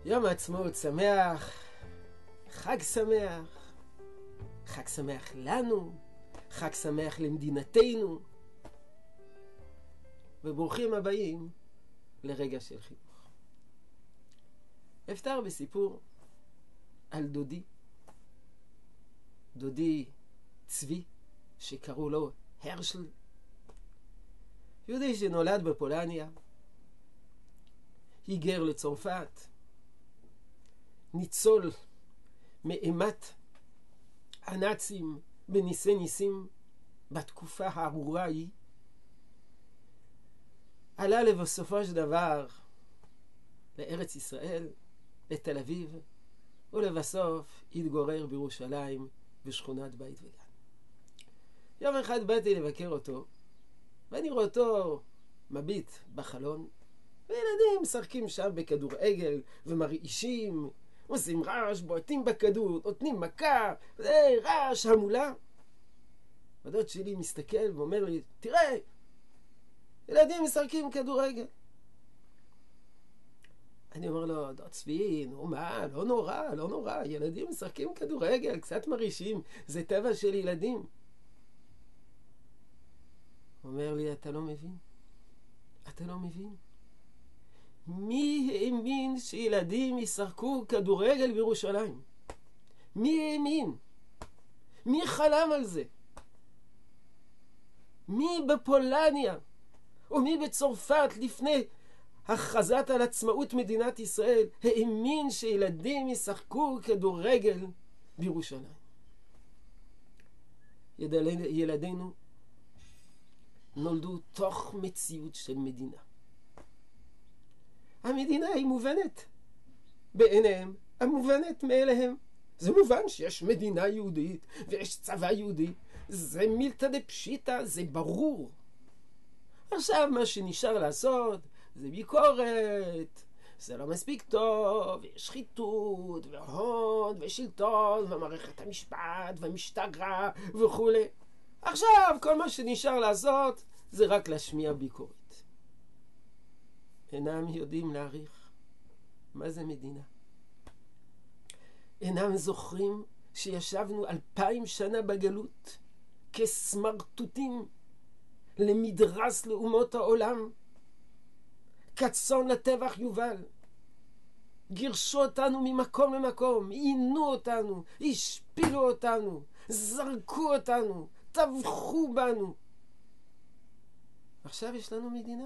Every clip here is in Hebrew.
יום העצמאות שמח, חג שמח, חג שמח לנו, חג שמח למדינתנו, וברוכים הבאים לרגע של חינוך. אפתר בסיפור על דודי צבי, שקראו לו הרשל, יהודי שנולד בפולניה, היגר לצרפת, ניצול מאימת הנאצים בניסי ניסים בתקופה הארורה ההיא, עלה לבסופו של דבר לארץ ישראל, לתל אביב, ולבסוף התגורר בירושלים בשכונת בית וגן. יום אחד באתי לבקר אותו, ואני רואה אותו מביט בחלון, וילדים משחקים שם בכדורגל ומרעישים, עושים רעש, בועטים בכדור, נותנים מכה, רעש, המולה. הדוד שלי מסתכל ואומר לי, תראה, ילדים משחקים כדורגל. אני אומר לו, דוד צבי, נו מה, לא נורא, ילדים משחקים כדורגל, קצת מרעישים, זה טבע של ילדים. הוא אומר לי, אתה לא מבין. מי האמין שילדים ישחקו כדורגל בירושלים? מי האמין? מי חלם על זה? מי בפולניה ומי בצרפת לפני הכרזת על עצמאות מדינת ישראל האמין שילדים ישחקו כדורגל בירושלים? ילדינו נולדו תוך מציאות של מדינה. המדינה היא מובנת בעיניהם, המובנת מאליהם. זה מובן שיש מדינה יהודית ויש צבא יהודי, זה מילתא דפשיטא, זה ברור. עכשיו מה שנשאר לעשות זה ביקורת, זה לא מספיק טוב, יש שחיתות והון ושלטון ומערכת המשפט והמשטרה וכו'. עכשיו כל מה שנשאר לעשות זה רק להשמיע ביקורת. אינם יודעים להעריך מה זה מדינה. אינם זוכרים שישבנו 2000 שנה בגלות כסמרטוטים למדרס לאומות העולם, כצאן לטבח יובל. גירשו אותנו ממקום למקום, עינו אותנו, השפילו אותנו, זרקו אותנו, טבחו בנו. עכשיו יש לנו מדינה.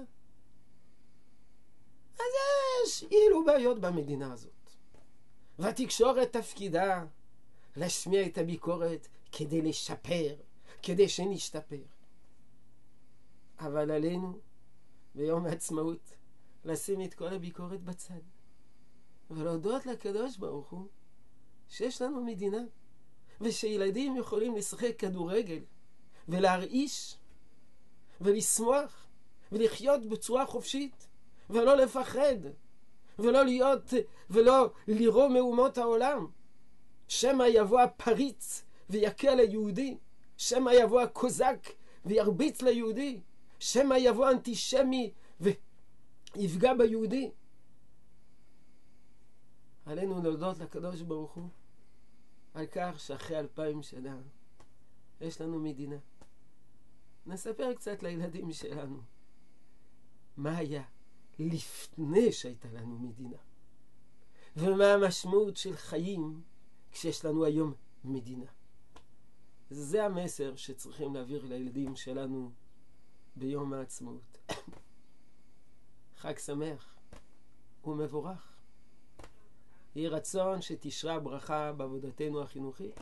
אז יש אילו בעיות במדינה הזאת. והתקשורת תפקידה להשמיע את הביקורת כדי לשפר, כדי שנשתפר. אבל עלינו ביום העצמאות לשים את כל הביקורת בצד ולהודות לקדוש ברוך הוא שיש לנו מדינה, ושילדים יכולים לשחק כדורגל ולהרעיש ולשמוח ולחיות בצורה חופשית ולא לפחד ולא לירוא מאומות העולם. שמא יבוא הפריץ ויקל ליהודי, שמא יבוא הקוזק וירביץ ליהודי, שמא יבוא אנטישמי ויפגע ביהודי. עלינו להודות לקדוש ברוך הוא על כך שאחרי 2000 שנה יש לנו מדינה. נספר קצת לילדים שלנו מה היה לפני שהייתה לנו מדינה, ומה המשמעות של חיים כשיש לנו היום מדינה. זה המסר שצריכים להעביר לילדים שלנו ביום העצמאות. חג שמח ומבורך. יהי רצון שתשרה ברכה בעבודתנו החינוכית,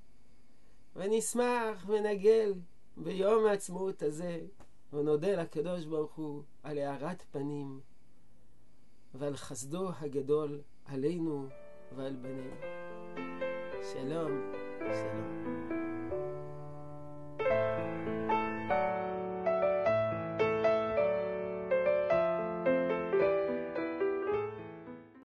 ונשמח ונגל ביום העצמאות הזה ונודה לקדוש ברוך הוא על הארת פנים ועל חסדו הגדול עלינו ועל בנינו. שלום, שלום.